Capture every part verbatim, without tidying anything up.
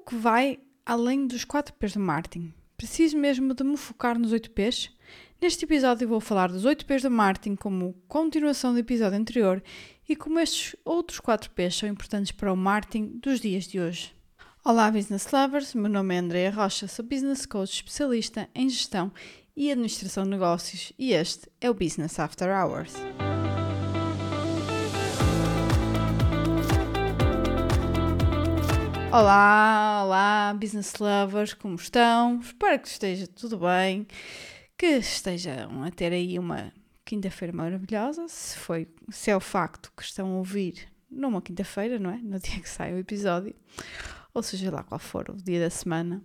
que vai além dos quatro P's do marketing. Preciso mesmo de me focar nos oito P's? Neste episódio vou falar dos oito P's do marketing como continuação do episódio anterior e como estes outros quatro P's são importantes para o marketing dos dias de hoje. Olá Business Lovers, meu nome é Andrea Rocha, sou Business Coach especialista em gestão e administração de negócios e este é o Business After Hours. Olá, olá Business Lovers, como estão? Espero que esteja tudo bem, que estejam a ter aí uma quinta-feira maravilhosa, se, foi, se é o facto que estão a ouvir numa quinta-feira, não é? No dia que sai o episódio, ou seja lá qual for o dia da semana.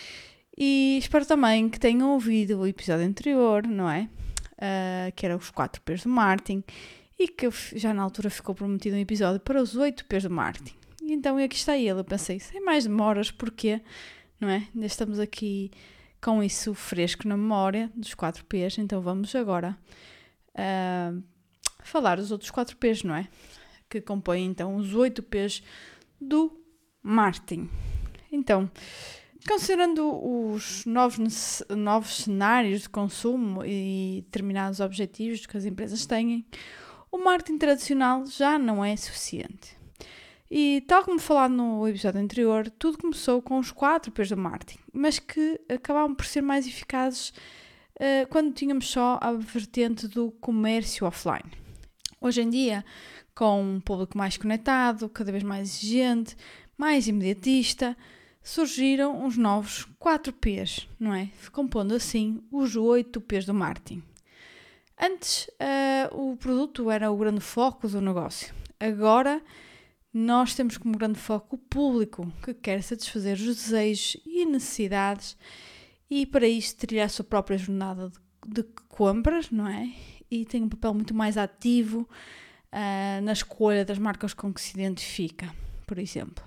E espero também que tenham ouvido o episódio anterior, não é? Uh, que era os quatro P's do marketing e que já na altura ficou prometido um episódio para os oito P's do marketing. E então aqui está ele, eu pensei, sem mais demoras, porquê? Não é? Ainda estamos aqui com isso fresco na memória dos quatro P's, então vamos agora uh, falar dos outros quatro P's, não é? Que compõem então os oito P's do marketing. Então, considerando os novos, novos cenários de consumo e determinados objetivos que as empresas têm, o marketing tradicional já não é suficiente. E tal como falado no episódio anterior, tudo começou com os quatro P's do marketing, mas que acabavam por ser mais eficazes uh, quando tínhamos só a vertente do comércio offline. Hoje em dia, com um público mais conectado, cada vez mais exigente, mais imediatista, surgiram os novos quatro P's, não é? Compondo assim os oito P's do marketing. Antes, uh, o produto era o grande foco do negócio. Agora, nós temos como grande foco o público que quer satisfazer os desejos e necessidades e para isso trilhar a sua própria jornada de, de compras, não é? E tem um papel muito mais ativo uh, na escolha das marcas com que se identifica, por exemplo.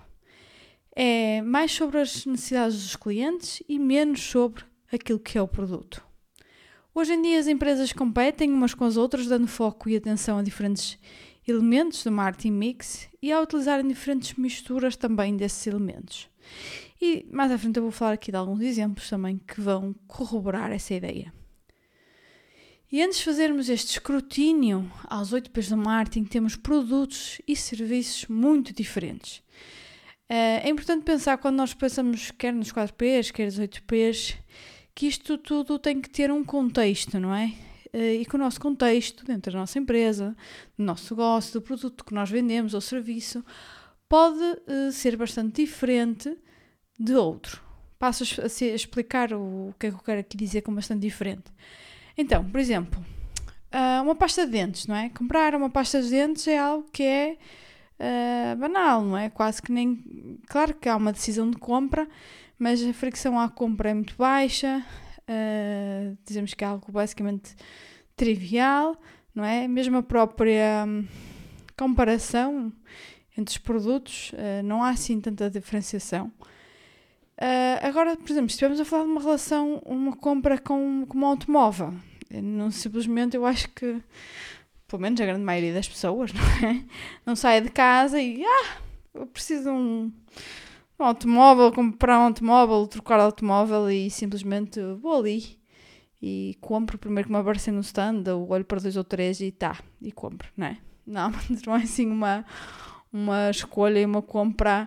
É mais sobre as necessidades dos clientes e menos sobre aquilo que é o produto. Hoje em dia as empresas competem umas com as outras, dando foco e atenção a diferentes elementos do marketing mix e a utilizarem diferentes misturas também desses elementos. E mais à frente eu vou falar aqui de alguns exemplos também que vão corroborar essa ideia. E antes de fazermos este escrutínio aos oito P's do marketing, temos produtos e serviços muito diferentes. É importante pensar quando nós pensamos quer nos quatro P's, quer nos oito P's, que isto tudo tem que ter um contexto, não é? E que o nosso contexto, dentro da nossa empresa, do nosso negócio, do produto que nós vendemos ou serviço, pode uh, ser bastante diferente de outro. Passo a, a, a explicar o, o que é que eu quero aqui dizer com bastante diferente. Então, por exemplo, uh, uma pasta de dentes, não é? Comprar uma pasta de dentes é algo que é uh, banal, não é? Quase que nem... Claro que há uma decisão de compra, mas a fricção à compra é muito baixa. Uh, dizemos que é algo basicamente trivial, não é? Mesmo a própria um, comparação entre os produtos, uh, não há assim tanta diferenciação. Uh, agora, por exemplo, se estivermos a falar de uma relação, uma compra com, com um automóvel, não simplesmente, eu acho que, pelo menos a grande maioria das pessoas, não é? Não sai de casa e, ah, eu preciso de um um automóvel, comprar um automóvel, trocar de automóvel e simplesmente vou ali e compro primeiro que me aparecem no stand, ou olho para dois ou três e tá, e compro, não é? Não, não é assim uma, uma escolha e uma compra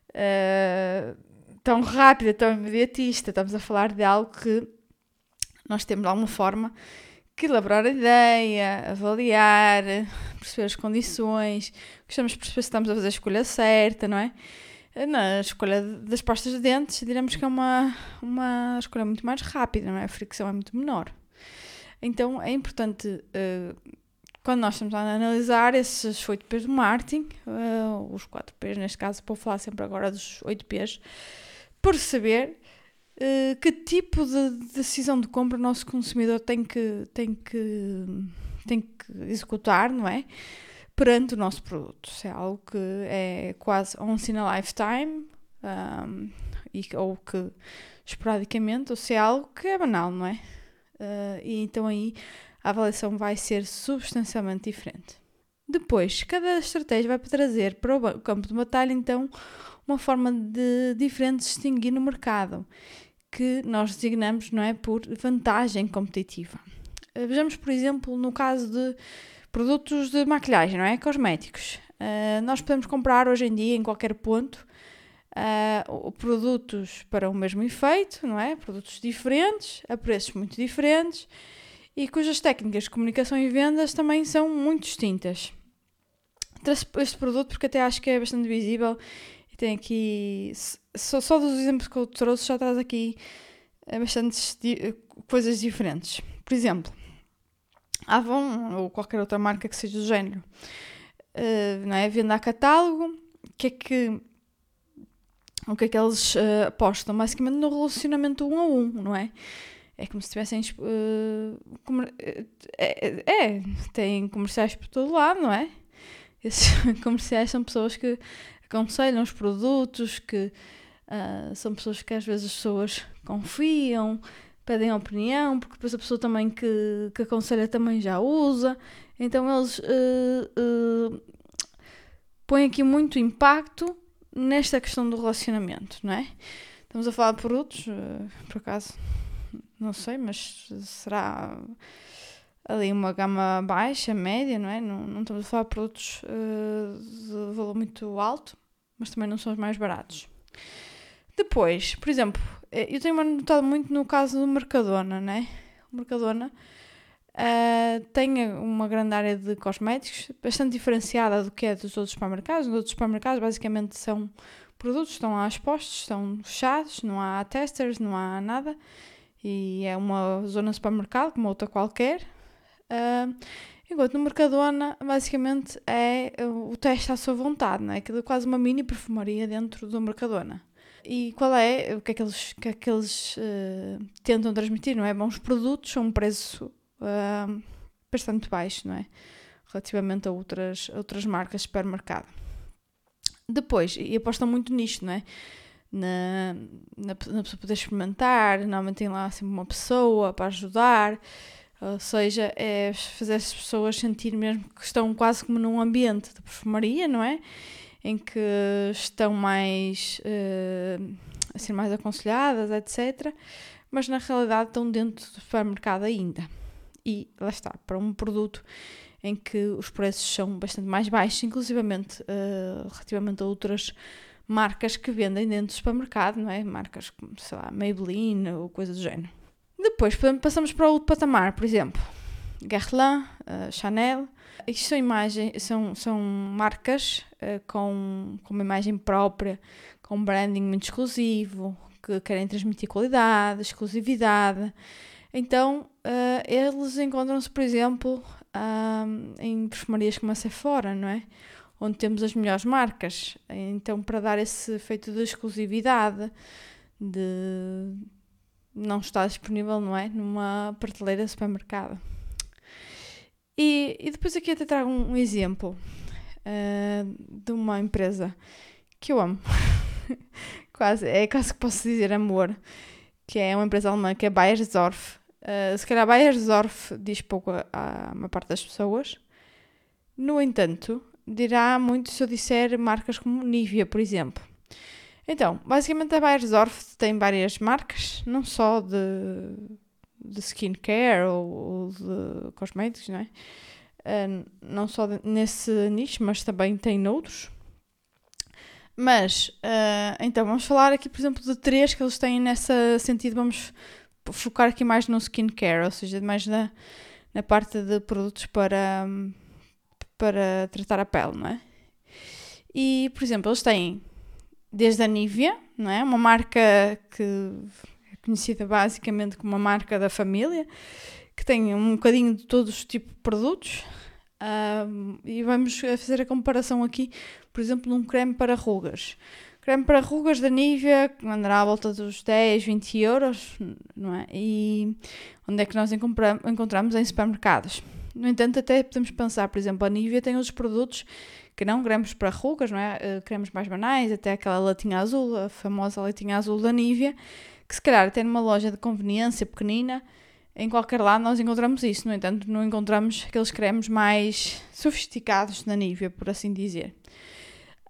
uh, tão rápida, tão imediatista. Estamos a falar de algo que nós temos de alguma forma que elaborar a ideia, avaliar, perceber as condições, gostamos de perceber se estamos a fazer a escolha certa, não é? Na escolha das pastas de dentes, diremos que é uma, uma escolha muito mais rápida, não é? A fricção é muito menor. Então, é importante, uh, quando nós estamos a analisar esses oito P's do marketing, uh, os quatro P's neste caso, vou falar sempre agora dos oito P's, perceber uh, que tipo de decisão de compra o nosso consumidor tem que, tem que, tem que executar, não é? Perante o nosso produto. Se é algo que é quase once in a lifetime, um, e, ou que esporadicamente, ou se é algo que é banal, não é? Uh, e então aí a avaliação vai ser substancialmente diferente. Depois, cada estratégia vai trazer para o campo de batalha, então, uma forma de diferente de distinguir no mercado, que nós designamos, não é, por vantagem competitiva. Vejamos, por exemplo, no caso de produtos de maquilhagem, não é? Cosméticos. Uh, nós podemos comprar hoje em dia em qualquer ponto uh, produtos para o mesmo efeito, não é? Produtos diferentes, a preços muito diferentes e cujas técnicas de comunicação e vendas também são muito distintas. Trouxe este produto porque até acho que é bastante visível e tem aqui, só, só dos exemplos que eu trouxe já traz aqui bastantes di- coisas diferentes. Por exemplo, Avon ou qualquer outra marca que seja do género, uh, não é? Venda a catálogo, o que é que, o que é que eles uh, apostam? Basicamente no relacionamento um a um, não é? É como se tivessem. Uh, comer- é, é, tem comerciais por todo lado, não é? Esses comerciais são pessoas que aconselham os produtos, que uh, são pessoas que às vezes as pessoas confiam, pedem opinião, porque depois a pessoa também que, que aconselha também já usa. Então eles uh, uh, põem aqui muito impacto nesta questão do relacionamento, não é? Estamos a falar de produtos, uh, por acaso, não sei, mas será ali uma gama baixa, média, não é? Não, não estamos a falar de produtos uh, de valor muito alto, mas também não são os mais baratos. Depois, por exemplo, eu tenho notado muito no caso do Mercadona, né? O Mercadona uh, tem uma grande área de cosméticos, bastante diferenciada do que é dos outros supermercados. Os outros supermercados basicamente são produtos que estão lá expostos, estão fechados, não há testers, não há nada. E é uma zona de supermercado, como outra qualquer. Uh, enquanto no Mercadona, basicamente, é o teste à sua vontade, né? Aquilo é quase uma mini perfumaria dentro do Mercadona. E qual é, o que é que eles, que é que eles uh, tentam transmitir, não é? Bons produtos a um preço uh, bastante baixo, não é? Relativamente a outras, a outras marcas de supermercado. Depois, e apostam muito nisto, não é? Na, na, na pessoa poder experimentar, normalmente tem lá sempre uma pessoa para ajudar, ou seja, é fazer as pessoas sentir mesmo que estão quase como num ambiente de perfumaria, não é? Em que estão mais, uh, assim, mais aconselhadas, etcétera. Mas na realidade estão dentro do supermercado ainda. E lá está, para um produto em que os preços são bastante mais baixos, inclusivamente uh, relativamente a outras marcas que vendem dentro do supermercado, não é? Marcas como, sei lá, Maybelline ou coisa do género. Depois passamos para outro patamar, por exemplo, Guerlain, uh, Chanel. Isto são, imagem, são, são marcas uh, com, com uma imagem própria, com um branding muito exclusivo, que querem transmitir qualidade, exclusividade. Então, uh, eles encontram-se, por exemplo, uh, em perfumarias como a Sephora, não é? Onde temos as melhores marcas. Então, para dar esse efeito de exclusividade, de não estar disponível, não é? Numa prateleira de supermercado. E, e depois aqui até trago um, um exemplo uh, de uma empresa que eu amo. quase, é quase que posso dizer amor. Que é uma empresa alemã, que é Beiersdorf. Uh, se calhar Beiersdorf diz pouco a, a uma parte das pessoas. No entanto, dirá muito se eu disser marcas como Nivea, por exemplo. Então, basicamente a Beiersdorf tem várias marcas, não só de, de skincare ou, ou de cosméticos, não é? Uh, não só de, nesse nicho, mas também tem noutros. Mas, uh, então, vamos falar aqui, por exemplo, de três que eles têm nesse sentido. Vamos focar aqui mais no skincare, ou seja, mais na, na parte de produtos para, para tratar a pele, não é? E, por exemplo, eles têm desde a Nivea, não é? Uma marca que é conhecida basicamente como uma marca da família, que tem um bocadinho de todos os tipos de produtos. Um, e vamos fazer a comparação aqui, por exemplo, num creme para rugas. Creme para rugas da Nivea, que andará à volta dos dez, vinte euros, não é? E onde é que nós encontramos? Em supermercados. No entanto, até podemos pensar, por exemplo, a Nivea tem outros produtos que não cremes para rugas, não é? Uh, cremes mais banais, até aquela latinha azul, a famosa latinha azul da Nivea, que se calhar até numa loja de conveniência pequenina, em qualquer lado nós encontramos isso. No entanto, não encontramos aqueles cremes mais sofisticados da Nivea, por assim dizer.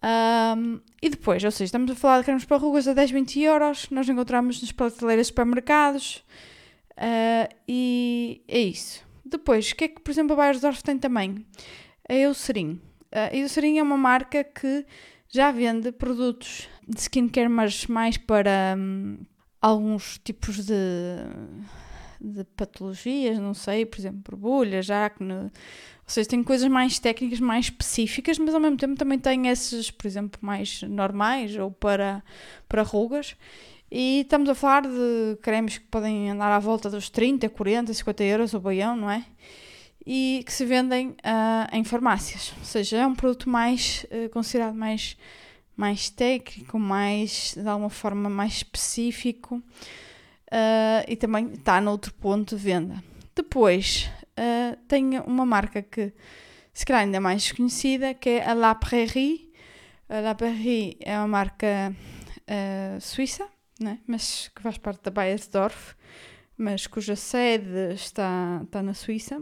Um, e depois, ou seja, estamos a falar de cremes para rugas a dez, vinte euros, nós encontramos nas prateleiras de supermercados, uh, e é isso. Depois, o que é que, por exemplo, a Beiersdorf tem também? A Eucerin. A Eucerin é uma marca que já vende produtos de skincare, mas mais para hum, alguns tipos de, de patologias, não sei, por exemplo, borbulhas, acne. Ou seja, tem coisas mais técnicas, mais específicas, mas ao mesmo tempo também tem esses, por exemplo, mais normais ou para, para rugas. E estamos a falar de cremes que podem andar à volta dos trinta, quarenta, cinquenta euros o baião, não é? E que se vendem uh, em farmácias. Ou seja, é um produto mais uh, considerado mais, mais técnico, mais, de alguma forma mais específico, uh, e também está noutro ponto de venda. Depois, uh, tem uma marca que se calhar ainda é mais desconhecida, que é a La Prairie. A La Prairie é uma marca uh, suíça, né? Mas que faz parte da Beiersdorf, mas cuja sede está, está na Suíça.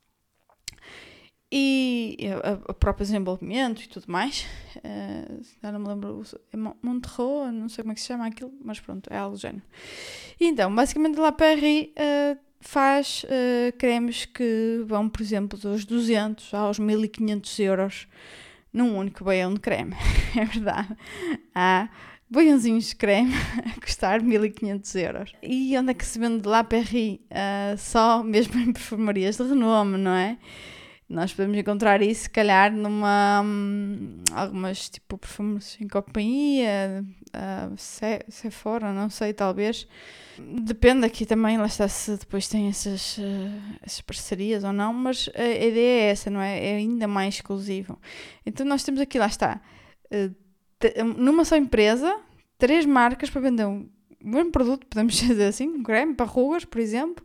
E o próprio desenvolvimento e tudo mais, uh, já não me lembro, é Monterreau, não sei como é que se chama aquilo, mas pronto, é algo do género. E então, basicamente, a La Prairie uh, faz uh, cremes que vão, por exemplo, dos duzentos aos mil e quinhentos euros num único baião de creme. É verdade. Há baiãozinhos de creme a custar mil e quinhentos euros. E onde é que se vende La Prairie? Uh, só mesmo em perfumarias de renome, não é? Nós podemos encontrar isso, se calhar, numa hum, algumas, tipo, perfumes em companhia, uh, Sephora, não sei, talvez. Depende aqui também, lá está, se depois tem essas, uh, essas parcerias ou não, mas a, a ideia é essa, não é? É ainda mais exclusivo. Então nós temos aqui, lá está, uh, t- numa só empresa, três marcas para vender um mesmo produto, podemos dizer assim, um creme para rugas, por exemplo,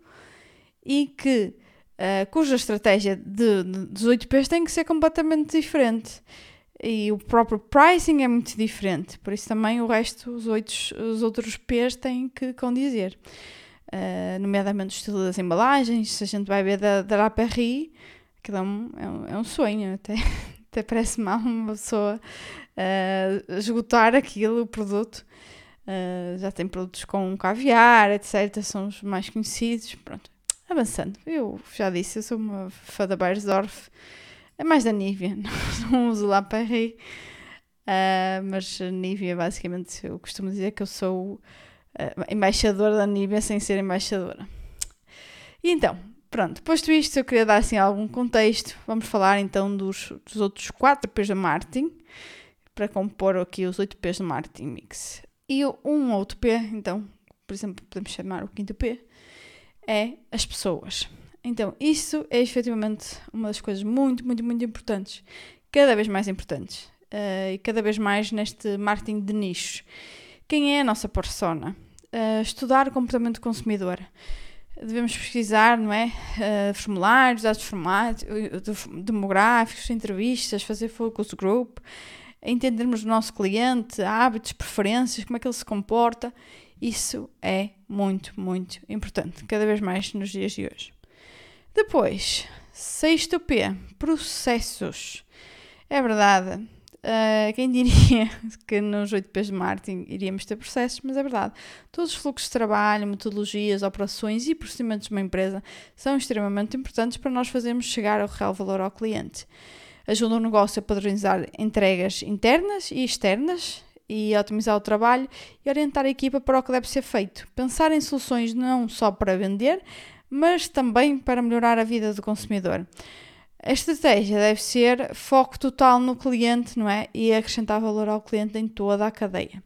e que Uh, cuja estratégia de, de, dos oito P's tem que ser completamente diferente. E o próprio pricing é muito diferente. Por isso também o resto, os, oito, os outros P's têm que condizer. Uh, nomeadamente o estilo das embalagens. Se a gente vai ver da, da La Prairie, aquilo é um, é um, é um sonho. Até, até parece mal uma pessoa uh, esgotar aquilo, o produto. Uh, já tem produtos com caviar, etcétera. São os mais conhecidos. Pronto. Avançando, eu já disse, eu sou uma fã da Beiersdorf, é mais da Nivea, não uso La Prairie, uh, mas a Nivea, basicamente, eu costumo dizer que eu sou uh, embaixadora da Nivea sem ser embaixadora. E então, pronto, posto isto, eu queria dar assim algum contexto, vamos falar então dos, dos outros quatro P's da marketing, para compor aqui os oito P's do marketing mix. E um outro P, então, por exemplo, podemos chamar o quinto P, é as pessoas. Então, isso é efetivamente uma das coisas muito, muito, muito importantes. Cada vez mais importantes. Uh, e cada vez mais neste marketing de nichos. Quem é a nossa persona? Uh, estudar o comportamento do consumidor. Devemos pesquisar, não é? Uh, formulários, dados demográficos, entrevistas, fazer focus group, entendermos o nosso cliente, hábitos, preferências, como é que ele se comporta. Isso é muito, muito importante, cada vez mais nos dias de hoje. Depois, sexto P, processos. É verdade, uh, quem diria que nos oito P's de marketing iríamos ter processos, mas é verdade. Todos os fluxos de trabalho, metodologias, operações e procedimentos de uma empresa são extremamente importantes para nós fazermos chegar o real valor ao cliente. Ajuda o negócio a padronizar entregas internas e externas, e otimizar o trabalho e orientar a equipa para o que deve ser feito. Pensar em soluções não só para vender, mas também para melhorar a vida do consumidor. A estratégia deve ser foco total no cliente, não é? E acrescentar valor ao cliente em toda a cadeia.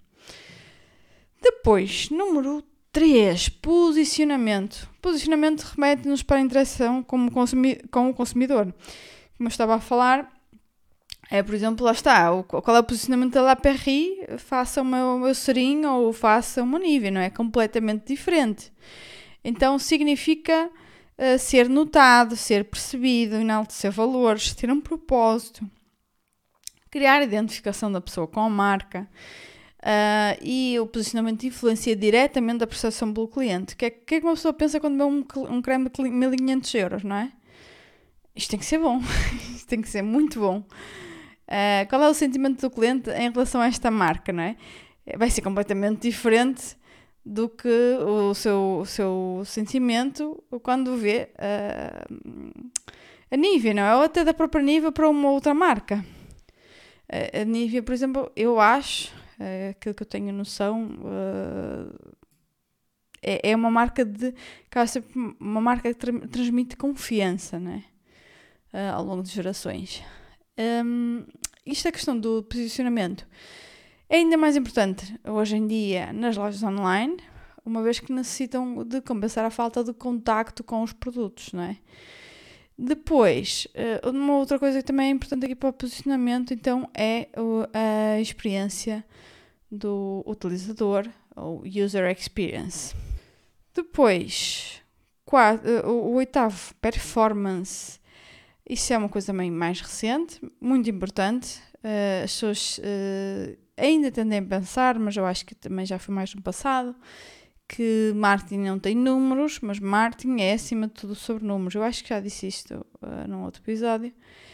Depois, número três, posicionamento. Posicionamento remete-nos para a interação com o, consumi- com o consumidor. Como eu estava a falar, é, por exemplo, lá está, o, qual é o posicionamento da La Prairie, faça uma Eucerin ou faça uma Nivea, não é? Completamente diferente. Então significa uh, ser notado, ser percebido, enaltecer valores, ter um propósito, criar a identificação da pessoa com a marca, uh, e o posicionamento influencia diretamente a percepção pelo cliente. O que, é, que é que uma pessoa pensa quando vê um, um creme de mil e quinhentos euros, não é? Isto tem que ser bom, isto tem que ser muito bom. Uh, qual é o sentimento do cliente em relação a esta marca, não é? Vai ser completamente diferente do que o seu, o seu sentimento quando vê uh, a Nivea, não é? Ou até da própria Nivea para uma outra marca. Uh, a Nivea, por exemplo, eu acho, uh, aquilo que eu tenho noção, uh, é, é uma marca de, uma marca que tra- transmite confiança, não é? Uh, ao longo de gerações. Um, isto é questão do posicionamento. É ainda mais importante hoje em dia nas lojas online, uma vez que necessitam de compensar a falta de contacto com os produtos, não é? Depois, uma outra coisa que também é importante aqui para o posicionamento, então, é a experiência do utilizador, ou user experience. Depois, o oitavo, performance. Isso é uma coisa também mais recente, muito importante. As pessoas ainda tendem a pensar, mas eu acho que também já foi mais no passado, que marketing não tem números, mas marketing é acima de tudo sobre números. Eu acho que já disse isto uh, num outro episódio.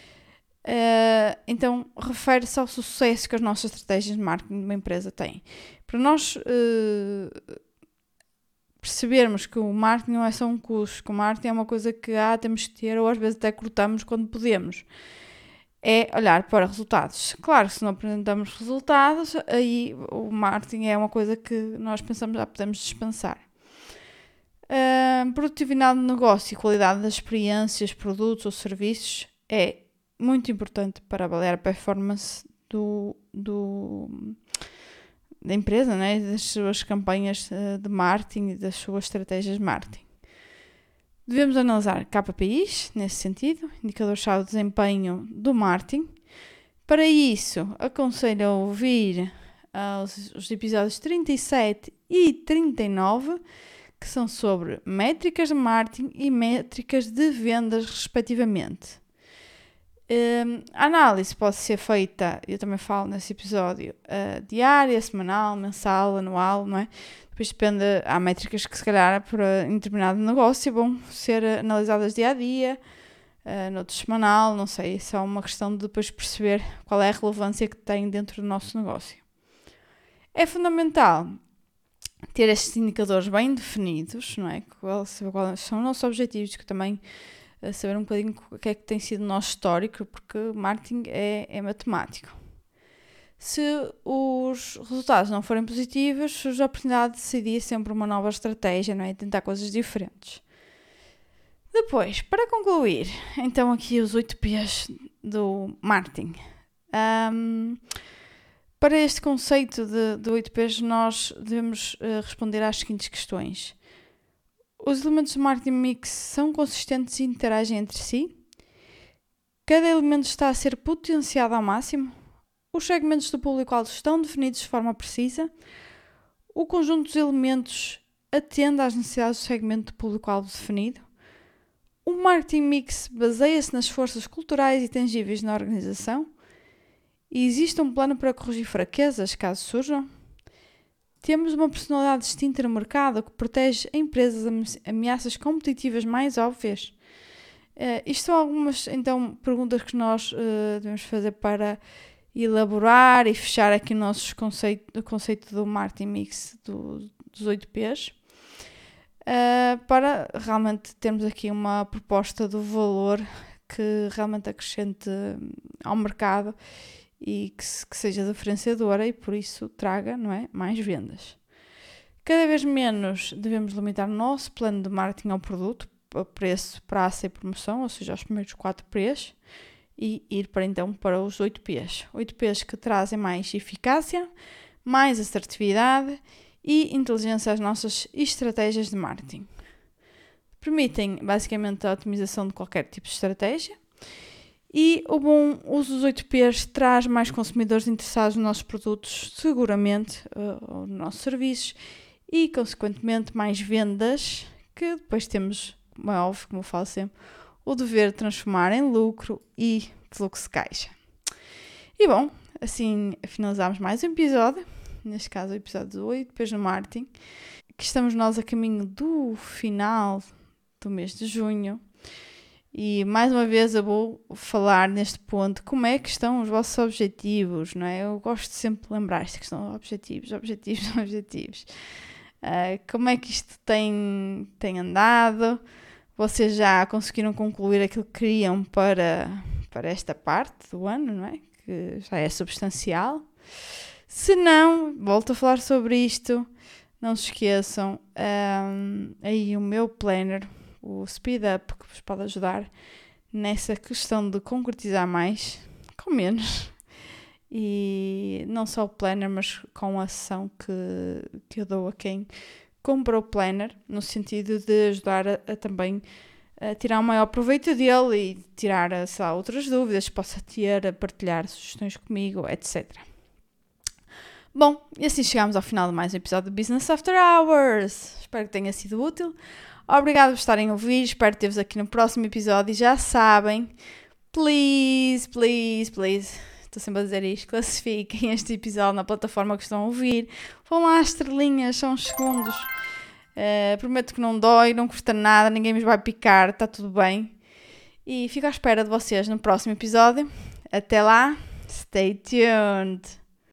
Uh, então, refere-se ao sucesso que as nossas estratégias de marketing de uma empresa têm. Para nós uh, percebermos que o marketing não é só um custo, que o marketing é uma coisa que ah, temos que ter, ou às vezes até cortamos quando podemos, é olhar para resultados. Claro, se não apresentamos resultados, aí o marketing é uma coisa que nós pensamos já podemos dispensar. Uh, produtividade do negócio e qualidade das experiências, produtos ou serviços é muito importante para avaliar a performance do, do, da empresa, né? Das suas campanhas de marketing e das suas estratégias de marketing. Devemos analisar K P Is, nesse sentido, indicador-chave de desempenho do marketing. Para isso, aconselho a ouvir os, os episódios trinta e sete e trinta e nove, que são sobre métricas de marketing e métricas de vendas, respectivamente. Um, a análise pode ser feita, eu também falo nesse episódio, uh, diária, semanal, mensal, anual, não é? Depois depende, há métricas que se calhar para um determinado negócio vão ser analisadas dia a dia, uh, noutro semanal, não sei, isso é uma questão de depois perceber qual é a relevância que tem dentro do nosso negócio. É fundamental ter estes indicadores bem definidos, não é? Quais são os nossos objetivos, que também uh, saber um bocadinho o que é que tem sido o nosso histórico, porque marketing é, é matemático. Se os resultados não forem positivos, surge a oportunidade de decidir sempre uma nova estratégia, não é? Tentar coisas diferentes. Depois, para concluir, então aqui os oito P's do marketing. Um, para este conceito de, de oito P's, nós devemos uh, responder às seguintes questões. Os elementos do marketing mix são consistentes e interagem entre si? Cada elemento está a ser potenciado ao máximo? Os segmentos do público-alvo estão definidos de forma precisa? O conjunto dos elementos atende às necessidades do segmento do público-alvo definido? O marketing mix baseia-se nas forças culturais e tangíveis na organização? E existe um plano para corrigir fraquezas, caso surjam? Temos uma personalidade distinta no mercado que protege a empresas de ameaças competitivas mais óbvias? Uh, isto são algumas, então, perguntas que nós uh, devemos fazer para elaborar e fechar aqui o nosso conceito, o conceito do marketing mix do, dos oito P's, uh, para realmente termos aqui uma proposta do valor que realmente acrescente ao mercado e que, que seja diferenciadora e por isso traga, não é, mais vendas. Cada vez menos devemos limitar o nosso plano de marketing ao produto, a preço, praça e promoção, ou seja, aos primeiros quatro P's, e ir para então para os oito P's. oito P's que trazem mais eficácia, mais assertividade e inteligência às nossas estratégias de marketing. Permitem basicamente a otimização de qualquer tipo de estratégia e o bom uso dos oito P's traz mais consumidores interessados nos nossos produtos, seguramente, uh, ou nos nossos serviços e, consequentemente, mais vendas que depois temos, como é óbvio, como eu falo sempre, o dever de transformar em lucro e fluxo de caixa. E bom, assim finalizamos mais um episódio, neste caso o episódio oito P's no marketing, que estamos nós a caminho do final do mês de junho E mais uma vez eu vou falar neste ponto como é que estão os vossos objetivos, não é? Eu gosto sempre de lembrar esta questão de objetivos, objetivos, objetivos. Uh, como é que isto tem, tem andado? Vocês já conseguiram concluir aquilo que queriam para, para esta parte do ano, não é? Que já é substancial. Se não, volto a falar sobre isto. Não se esqueçam, um, aí o meu planner, o Speed Up, que vos pode ajudar nessa questão de concretizar mais, com menos. E não só o planner, mas com a ação que, que eu dou a quem compra o planner, no sentido de ajudar a, a também a tirar o maior proveito dele e tirar, sei lá, outras dúvidas que possa ter, a partilhar sugestões comigo, etcétera. Bom, e assim chegamos ao final de mais um episódio do Business After Hours. Espero que tenha sido útil. Obrigado por estarem a ouvir. Espero ter-vos aqui no próximo episódio. E já sabem, please, please, please, estou sempre a dizer isto, classifiquem este episódio na plataforma que estão a ouvir. Vão lá às estrelinhas, são uns segundos. Uh, prometo que não dói, não custa nada, ninguém me vai picar, está tudo bem. E fico à espera de vocês no próximo episódio. Até lá, stay tuned!